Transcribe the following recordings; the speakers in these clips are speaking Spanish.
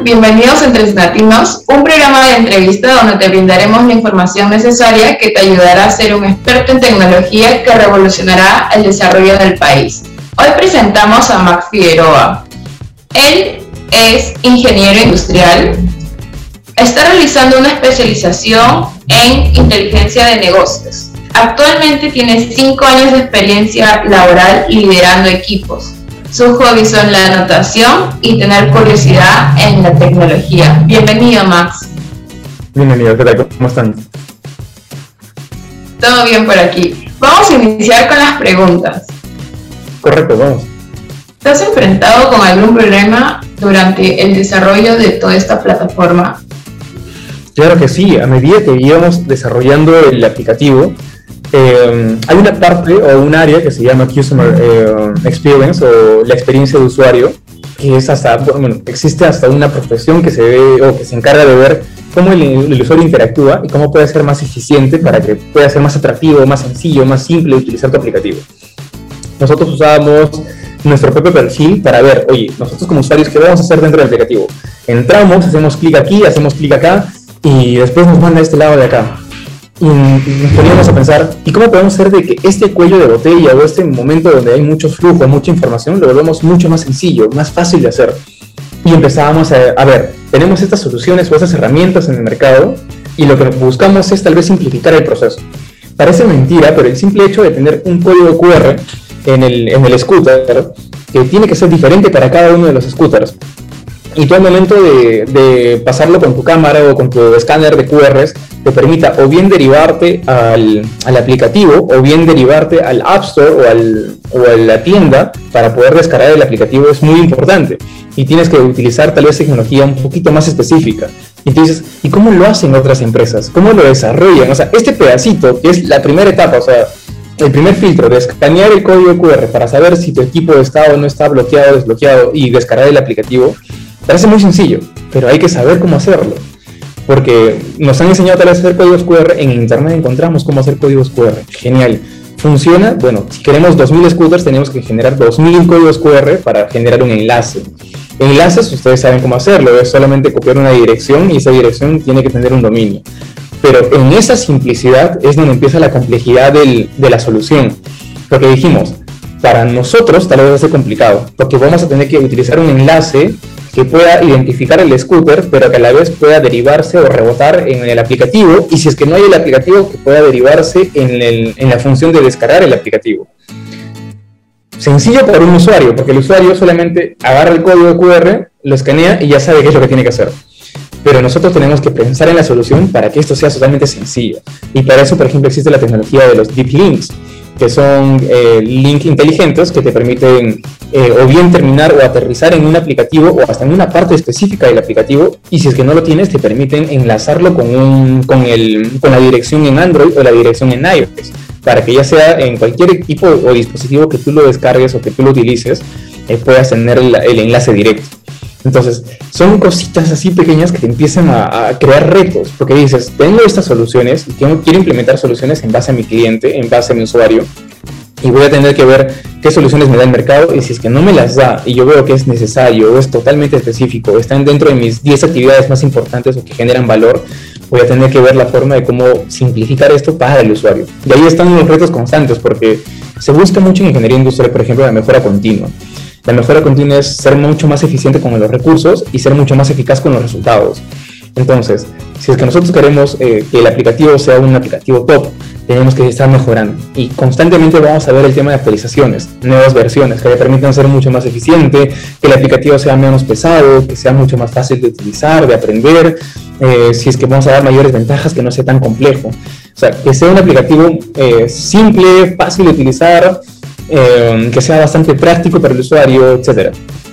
bienvenidos a Entre Latinos, un programa de entrevista donde te brindaremos la información necesaria que te ayudará a ser un experto en tecnología que revolucionará el desarrollo del país. Hoy presentamos a Max Figueroa. Él es ingeniero industrial, está realizando una especialización en inteligencia de negocios. Actualmente tiene 5 años de experiencia laboral y liderando equipos. Sus hobbies son la anotación y tener curiosidad en la tecnología. Bienvenido, Max. Bienvenido, ¿qué tal? ¿Cómo están? Todo bien por aquí. Vamos a iniciar con las preguntas. Correcto, vamos. ¿Te has enfrentado con algún problema durante el desarrollo de toda esta plataforma? Claro que sí, a medida que íbamos desarrollando el aplicativo, hay una parte o un área que se llama Customer Experience o la experiencia de usuario, que es existe hasta una profesión que se ve o que se encarga de ver cómo el usuario interactúa y cómo puede ser más eficiente para que pueda ser más atractivo, más sencillo, más simple utilizar tu aplicativo. Nosotros usábamos nuestro propio perfil para ver, oye, nosotros como usuarios, ¿qué vamos a hacer dentro del aplicativo? Entramos, hacemos clic aquí, hacemos clic acá y después nos manda a este lado de acá. Y nos poníamos a pensar, ¿y cómo podemos hacer de que este cuello de botella o este momento donde hay mucho flujo, mucha información, lo volvemos mucho más sencillo, más fácil de hacer? Y empezábamos a ver, tenemos estas soluciones o estas herramientas en el mercado y lo que buscamos es tal vez simplificar el proceso. Parece mentira, pero el simple hecho de tener un código QR en el scooter, que tiene que ser diferente para cada uno de los scooters, y tú al momento de pasarlo con tu cámara o con tu escáner de QRs, te permita o bien derivarte al aplicativo o bien derivarte al App Store o a la tienda para poder descargar el aplicativo es muy importante. Y tienes que utilizar tal vez tecnología un poquito más específica. Y tú dices, ¿y cómo lo hacen otras empresas? ¿Cómo lo desarrollan? O sea, este pedacito, que es la primera etapa, o sea, el primer filtro de escanear el código QR para saber si tu equipo está o no está bloqueado o desbloqueado y descargar el aplicativo, parece muy sencillo, pero hay que saber cómo hacerlo. Porque nos han enseñado tal vez a hacer códigos QR, en internet encontramos cómo hacer códigos QR. Genial. ¿Funciona? Bueno, si queremos 2000 scooters tenemos que generar 2000 códigos QR para generar un enlace. Enlaces, ustedes saben cómo hacerlo, es solamente copiar una dirección y esa dirección tiene que tener un dominio. Pero en esa simplicidad es donde empieza la complejidad de la solución. Porque dijimos, para nosotros tal vez va a ser complicado, porque vamos a tener que utilizar un enlace que pueda identificar el scooter, pero que a la vez pueda derivarse o rebotar en el aplicativo, y si es que no hay el aplicativo, que pueda derivarse en la función de descargar el aplicativo. Sencillo para un usuario, porque el usuario solamente agarra el código QR, lo escanea y ya sabe qué es lo que tiene que hacer. Pero nosotros tenemos que pensar en la solución para que esto sea totalmente sencillo. Y para eso, por ejemplo, existe la tecnología de los Deep Links, que son links inteligentes que te permiten o bien terminar o aterrizar en un aplicativo o hasta en una parte específica del aplicativo, y si es que no lo tienes te permiten enlazarlo con la dirección en Android o la dirección en iOS, para que ya sea en cualquier equipo o dispositivo que tú lo descargues o que tú lo utilices, puedas tener el enlace directo. Entonces, son cositas así pequeñas que te empiezan a crear retos, porque dices, tengo estas soluciones y quiero implementar soluciones en base a mi cliente, en base a mi usuario, y voy a tener que ver qué soluciones me da el mercado, y si es que no me las da y yo veo que es necesario o es totalmente específico, están dentro de mis 10 actividades más importantes o que generan valor, voy a tener que ver la forma de cómo simplificar esto para el usuario. Y ahí están los retos constantes, porque se busca mucho en ingeniería industrial, por ejemplo, la mejora continua. La mejora continua es ser mucho más eficiente con los recursos y ser mucho más eficaz con los resultados. Entonces, si es que nosotros queremos que el aplicativo sea un aplicativo top, tenemos que estar mejorando. Y constantemente vamos a ver el tema de actualizaciones, nuevas versiones que le permitan ser mucho más eficiente, que el aplicativo sea menos pesado, que sea mucho más fácil de utilizar, de aprender, si es que vamos a dar mayores ventajas, que no sea tan complejo. O sea, que sea un aplicativo simple, fácil de utilizar, que sea bastante práctico para el usuario, etc.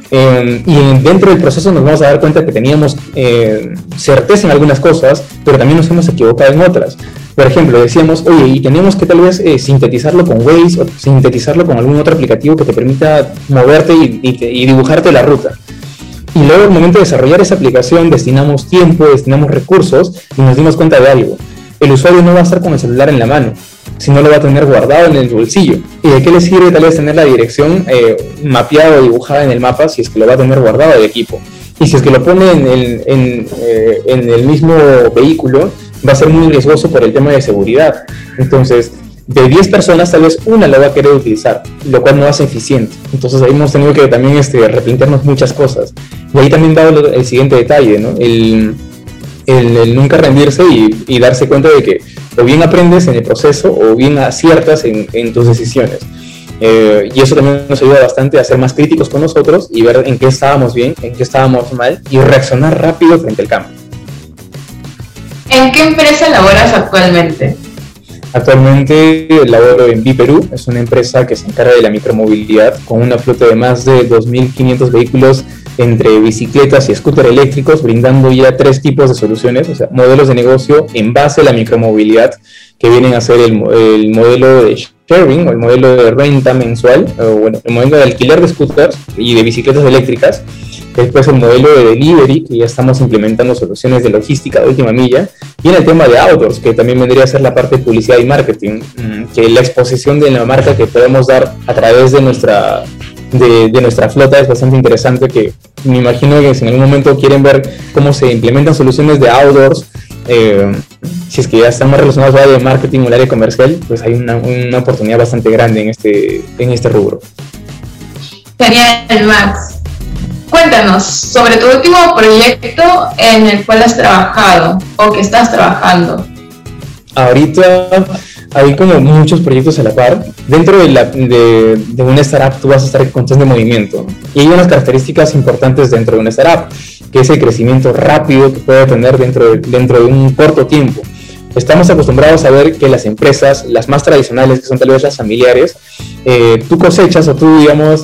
Y dentro del proceso nos vamos a dar cuenta que teníamos certeza en algunas cosas, pero también nos hemos equivocado en otras. Por ejemplo, decíamos, oye, y tenemos que tal vez sintetizarlo con Waze o sintetizarlo con algún otro aplicativo que te permita moverte y dibujarte la ruta. Y luego al momento de desarrollar esa aplicación destinamos tiempo, destinamos recursos y nos dimos cuenta de algo. El usuario no va a estar con el celular en la mano, sino lo va a tener guardado en el bolsillo. ¿Y de qué le sirve tal vez tener la dirección mapeada o dibujada en el mapa si es que lo va a tener guardado de equipo? y si es que lo pone en el mismo vehículo, va a ser muy riesgoso por el tema de seguridad. Entonces, de 10 personas, tal vez una la va a querer utilizar, lo cual no hace eficiente. Entonces, ahí hemos tenido que también replantearnos muchas cosas. Y ahí también va el siguiente detalle, ¿no? El nunca rendirse y darse cuenta de que o bien aprendes en el proceso o bien aciertas en tus decisiones. Y eso también nos ayuda bastante a ser más críticos con nosotros y ver en qué estábamos bien, en qué estábamos mal y reaccionar rápido frente al cambio. ¿En qué empresa laboras actualmente? Actualmente laboro en Biperú, es una empresa que se encarga de la micromovilidad con una flota de más de 2.500 vehículos entre bicicletas y scooters eléctricos, brindando ya 3 tipos de soluciones, o sea, modelos de negocio en base a la micromovilidad, que vienen a ser el modelo de sharing o el modelo de renta mensual, o bueno, el modelo de alquiler de scooters y de bicicletas eléctricas. Después el modelo de delivery, que ya estamos implementando soluciones de logística de última milla, y en el tema de outdoors, que también vendría a ser la parte de publicidad y marketing, que la exposición de la marca que podemos dar a través de nuestra flota es bastante interesante, que me imagino que si en algún momento quieren ver cómo se implementan soluciones de outdoors, si es que ya están más relacionados al área de marketing o al área comercial, pues hay una oportunidad bastante grande en este rubro. Genial, Max. Cuéntanos sobre tu último proyecto en el cual has trabajado o que estás trabajando. Ahorita hay como muchos proyectos a la par. Dentro de una startup tú vas a estar en constante movimiento, y hay unas características importantes dentro de una startup, que es el crecimiento rápido que puede tener dentro de un corto tiempo. Estamos acostumbrados a ver que las empresas, las más tradicionales, que son tal vez las familiares, tú cosechas o tú, digamos,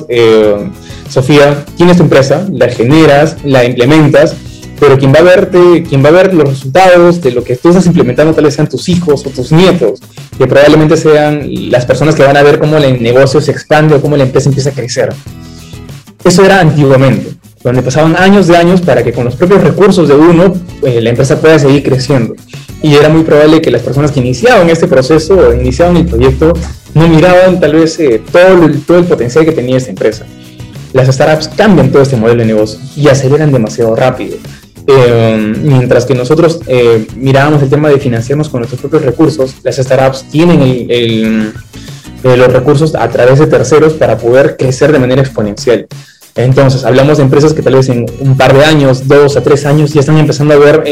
Sofía, tienes tu empresa, la generas, la implementas, pero quien va a ver los resultados de lo que tú estás implementando tal vez sean tus hijos o tus nietos, que probablemente sean las personas que van a ver cómo el negocio se expande o cómo la empresa empieza a crecer. Eso era antiguamente, donde pasaban años de años para que con los propios recursos de uno la empresa pueda seguir creciendo. Y era muy probable que las personas que iniciaban este proceso o iniciaban el proyecto no miraban tal vez todo el potencial que tenía esta empresa. Las startups cambian todo este modelo de negocio y aceleran demasiado rápido. Mientras que nosotros mirábamos el tema de financiarnos con nuestros propios recursos, las startups tienen los recursos a través de terceros para poder crecer de manera exponencial. Entonces, hablamos de empresas que tal vez en un par de años, 2 a 3 años, ya están empezando a ver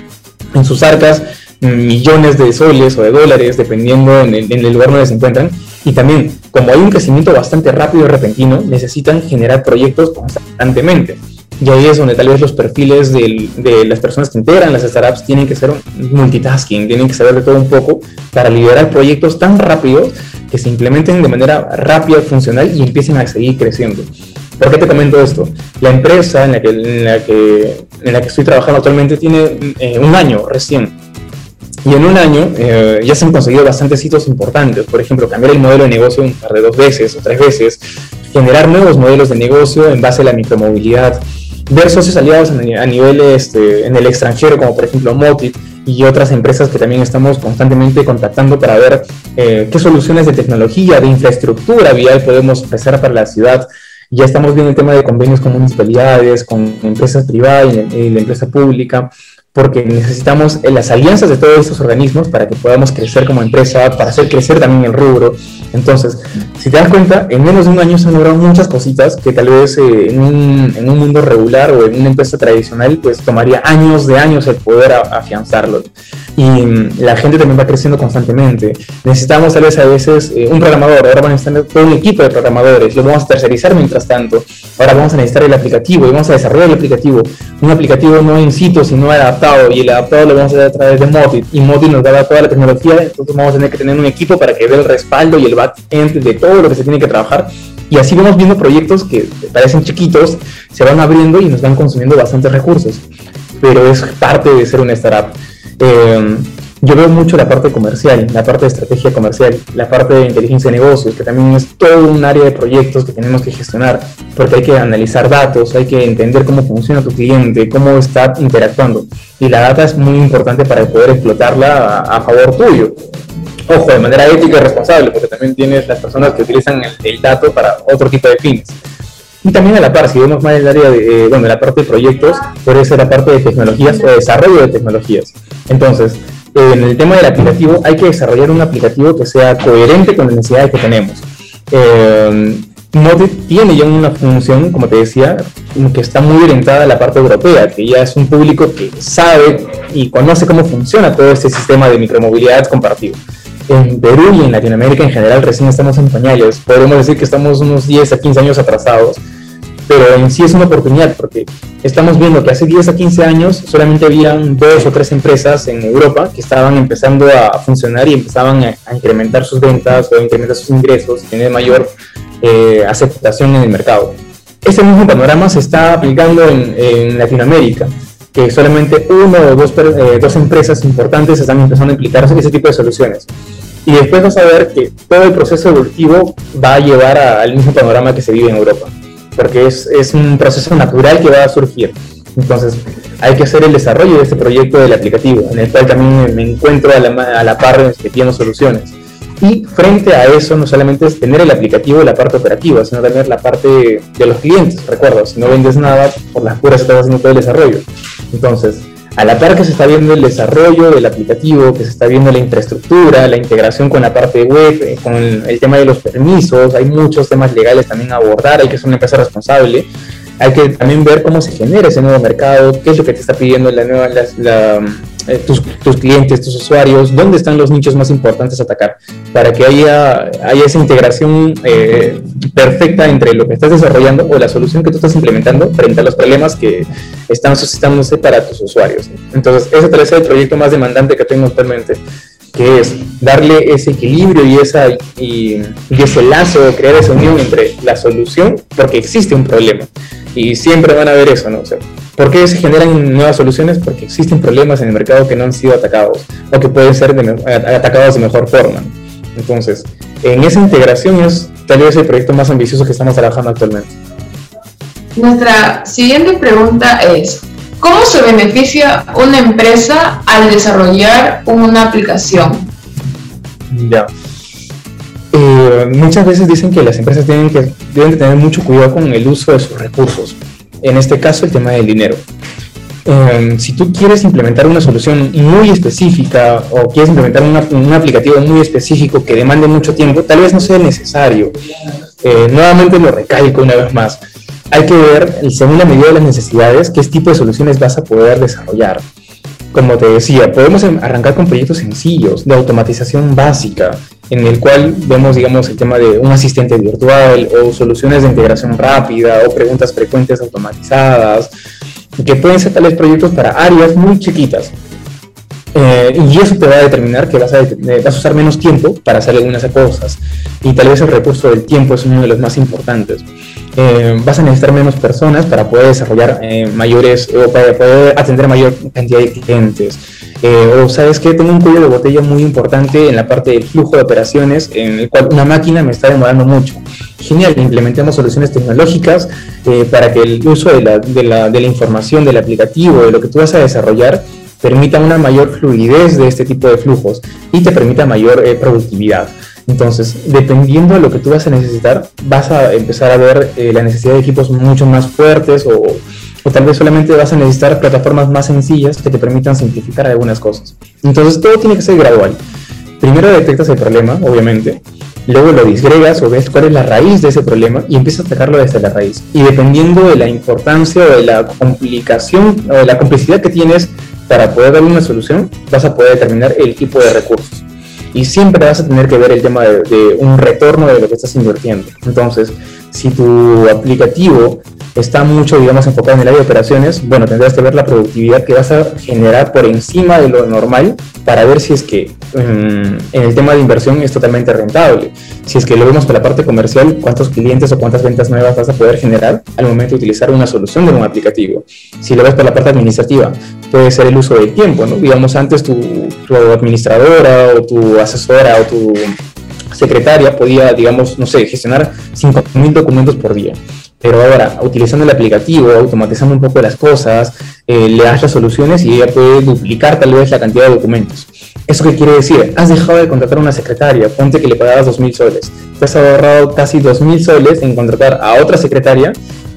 en sus arcas millones de soles o de dólares, dependiendo en el lugar donde se encuentran. Y también, como hay un crecimiento bastante rápido y repentino, necesitan generar proyectos constantemente. Y ahí es donde tal vez los perfiles de las personas que integran las startups tienen que ser multitasking, tienen que saber de todo un poco para liderar proyectos tan rápidos que se implementen de manera rápida, funcional y empiecen a seguir creciendo. ¿Por qué te comento esto? La empresa en la que estoy trabajando actualmente tiene un año recién. Y en un año ya se han conseguido bastantes hitos importantes. Por ejemplo, cambiar el modelo de negocio un par de 2 veces o 3 veces, generar nuevos modelos de negocio en base a la micromovilidad, ver socios aliados a nivel en el extranjero, como por ejemplo Motit y otras empresas que también estamos constantemente contactando para ver qué soluciones de tecnología, de infraestructura vial podemos ofrecer para la ciudad. Ya estamos viendo el tema de convenios con municipalidades, con empresas privadas y la empresa pública, porque necesitamos las alianzas de todos estos organismos para que podamos crecer como empresa, para hacer crecer también el rubro. Entonces, si te das cuenta, en menos de un año se han logrado muchas cositas que tal vez en un mundo regular o en una empresa tradicional, pues tomaría años de años el poder afianzarlo. Y la gente también va creciendo constantemente. Necesitamos tal vez a veces un programador, ahora van a necesitar todo un equipo de programadores, lo vamos a tercerizar mientras tanto. Ahora vamos a necesitar el aplicativo y vamos a desarrollar el aplicativo. Un aplicativo no in situ, sino adaptado, y el adaptado lo vamos a hacer a través de Motit, y Motit nos da toda la tecnología. Entonces vamos a tener que tener un equipo para que dé el respaldo y el back-end de todo lo que se tiene que trabajar, y así vamos viendo proyectos que parecen chiquitos, se van abriendo y nos van consumiendo bastantes recursos, pero es parte de ser una startup. Yo veo mucho la parte comercial, la parte de estrategia comercial, la parte de inteligencia de negocios, que también es todo un área de proyectos que tenemos que gestionar, porque hay que analizar datos, hay que entender cómo funciona tu cliente, cómo está interactuando, y la data es muy importante para poder explotarla a favor tuyo. Ojo, de manera ética y responsable, porque también tienes las personas que utilizan el dato para otro tipo de fines. Y también a la par, si vemos más el área de, la parte de proyectos, puede ser la parte de tecnologías o de desarrollo de tecnologías. Entonces, en el tema del aplicativo, hay que desarrollar un aplicativo que sea coherente con las necesidades que tenemos. Node tiene ya una función, como te decía, que está muy orientada a la parte europea, que ya es un público que sabe y conoce cómo funciona todo este sistema de micromovilidad compartido. En Perú y en Latinoamérica en general recién estamos en pañales, podemos decir que estamos unos 10 a 15 años atrasados, pero en sí es una oportunidad porque estamos viendo que hace 10 a 15 años solamente habían 2 o 3 empresas en Europa que estaban empezando a funcionar y empezaban a incrementar sus ventas o a incrementar sus ingresos, tener mayor aceptación en el mercado. Ese mismo panorama se está aplicando en Latinoamérica, que solamente 1 o 2 empresas importantes están empezando a implicar ese tipo de soluciones. Y después vas a ver que todo el proceso evolutivo va a llevar al mismo panorama que se vive en Europa, porque es un proceso natural que va a surgir. Entonces hay que hacer el desarrollo de este proyecto del aplicativo, en el cual también me encuentro a la par pidiendo soluciones. Y frente a eso, no solamente es tener el aplicativo de la parte operativa, sino también la parte de los clientes. Recuerda, si no vendes nada, por las puras estás haciendo todo el desarrollo. Entonces, a la par que se está viendo el desarrollo del aplicativo, que se está viendo la infraestructura, la integración con la parte web, con el tema de los permisos, hay muchos temas legales también a abordar, hay que ser una empresa responsable. Hay que también ver cómo se genera ese nuevo mercado, qué es lo que te está pidiendo tus clientes, tus usuarios, dónde están los nichos más importantes a atacar, para que haya esa integración perfecta entre lo que estás desarrollando o la solución que tú estás implementando frente a los problemas que están suscitándose para tus usuarios. Entonces, ese tal vez es el proyecto más demandante que tengo actualmente, que es darle ese equilibrio y ese lazo, crear esa unión entre la solución, porque existe un problema. Y siempre van a ver eso, ¿no? O sea, ¿por qué se generan nuevas soluciones? Porque existen problemas en el mercado que no han sido atacados o que pueden ser atacados de mejor forma. Entonces, en esa integración es tal vez el proyecto más ambicioso que estamos trabajando actualmente. Nuestra siguiente pregunta es: ¿cómo se beneficia una empresa al desarrollar una aplicación? Ya. Muchas veces dicen que las empresas deben de tener mucho cuidado con el uso de sus recursos. En este caso, el tema del dinero. Si tú quieres implementar una solución muy específica o quieres implementar un aplicativo muy específico que demande mucho tiempo, tal vez no sea necesario. Nuevamente lo recalco una vez más. Hay que ver, según la medida de las necesidades, qué tipo de soluciones vas a poder desarrollar. Como te decía, podemos arrancar con proyectos sencillos, de automatización básica, en el cual vemos, digamos, el tema de un asistente virtual o soluciones de integración rápida o preguntas frecuentes automatizadas, que pueden ser tales proyectos para áreas muy chiquitas. Y eso te va a determinar que vas a usar menos tiempo para hacer algunas cosas, y tal vez el recurso del tiempo es uno de los más importantes. Vas a necesitar menos personas para poder desarrollar o para poder atender mayor cantidad de clientes. O sabes que tengo un cuello de botella muy importante en la parte del flujo de operaciones, en el cual una máquina me está demorando mucho. Genial, implementemos soluciones tecnológicas para que el uso de la información del aplicativo, de lo que tú vas a desarrollar, permita una mayor fluidez de este tipo de flujos y te permita mayor productividad. Entonces, dependiendo de lo que tú vas a necesitar, vas a empezar a ver la necesidad de equipos mucho más fuertes o tal vez solamente vas a necesitar plataformas más sencillas que te permitan simplificar algunas cosas. Entonces, todo tiene que ser gradual. Primero detectas el problema, obviamente, luego lo disgregas o ves cuál es la raíz de ese problema y empiezas a atacarlo desde la raíz. Y dependiendo de la importancia o de la complicación o de la complejidad que tienes para poder darle una solución, vas a poder determinar el tipo de recursos. Y siempre vas a tener que ver el tema de un retorno de lo que estás invirtiendo. Entonces, si tu aplicativo está mucho, digamos, enfocado en el área de operaciones, bueno, tendrás que ver la productividad que vas a generar por encima de lo normal para ver si es que en el tema de inversión es totalmente rentable. Si es que lo vemos por la parte comercial, cuántos clientes o cuántas ventas nuevas vas a poder generar al momento de utilizar una solución de un aplicativo. Si lo ves por la parte administrativa, puede ser el uso del tiempo, ¿no? Digamos, antes tu administradora o tu asesora o tu secretaria podía, digamos, no sé, gestionar 5.000 documentos por día. Pero ahora, utilizando el aplicativo, automatizando un poco las cosas, le das las soluciones y ella puede duplicar tal vez la cantidad de documentos. ¿Eso qué quiere decir? Has dejado de contratar a una secretaria, ponte que le pagabas 2.000 soles. Te has ahorrado casi 2.000 soles en contratar a otra secretaria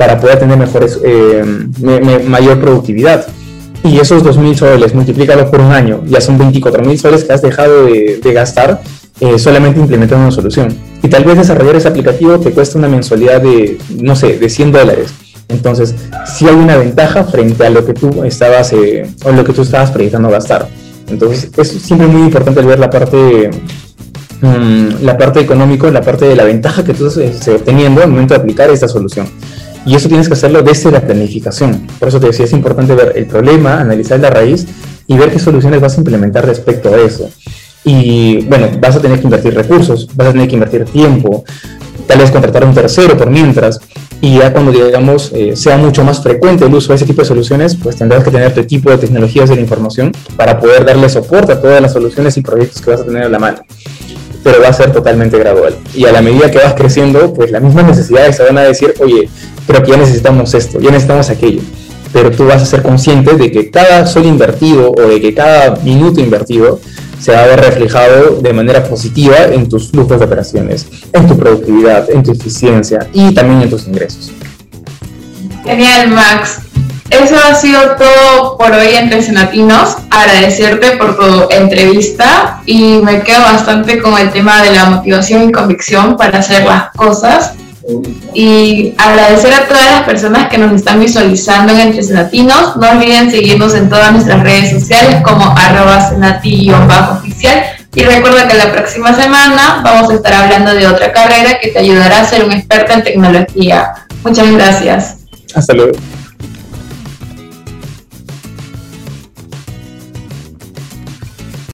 para poder tener mayor productividad. Y esos 2.000 soles, multiplícalos por un año, ya son 24.000 soles que has dejado de gastar solamente implementando una solución. Y tal vez desarrollar ese aplicativo te cuesta una mensualidad de, no sé, de $100. Entonces, sí hay una ventaja frente a lo que tú estabas proyectando gastar. Entonces, es siempre muy importante ver la parte económica, la parte de la ventaja que tú estás obteniendo al momento de aplicar esta solución. Y eso tienes que hacerlo desde la planificación. Por eso te decía, es importante ver el problema, analizar la raíz y ver qué soluciones vas a implementar respecto a eso. Y bueno, vas a tener que invertir recursos, vas a tener que invertir tiempo, tal vez contratar a un tercero por mientras, y ya cuando, digamos, sea mucho más frecuente el uso de ese tipo de soluciones, pues tendrás que tener tu equipo de tecnologías de la información para poder darle soporte a todas las soluciones y proyectos que vas a tener a la mano. Pero va a ser totalmente gradual. Y a la medida que vas creciendo, pues las mismas necesidades se van a decir, oye, creo que ya necesitamos esto, ya necesitamos aquello. Pero tú vas a ser consciente de que cada sol invertido o de que cada minuto invertido se va a ver reflejado de manera positiva en tus flujos de operaciones, en tu productividad, en tu eficiencia y también en tus ingresos. Genial, Max. Eso ha sido todo por hoy en Tres Latinos. Agradecerte por tu entrevista y me quedo bastante con el tema de la motivación y convicción para hacer las cosas. Y agradecer a todas las personas que nos están visualizando en Tres Latinos. No olviden seguirnos en todas nuestras redes sociales como @senati_oficial. Y recuerda que la próxima semana vamos a estar hablando de otra carrera que te ayudará a ser un experto en tecnología. Muchas gracias. Hasta luego.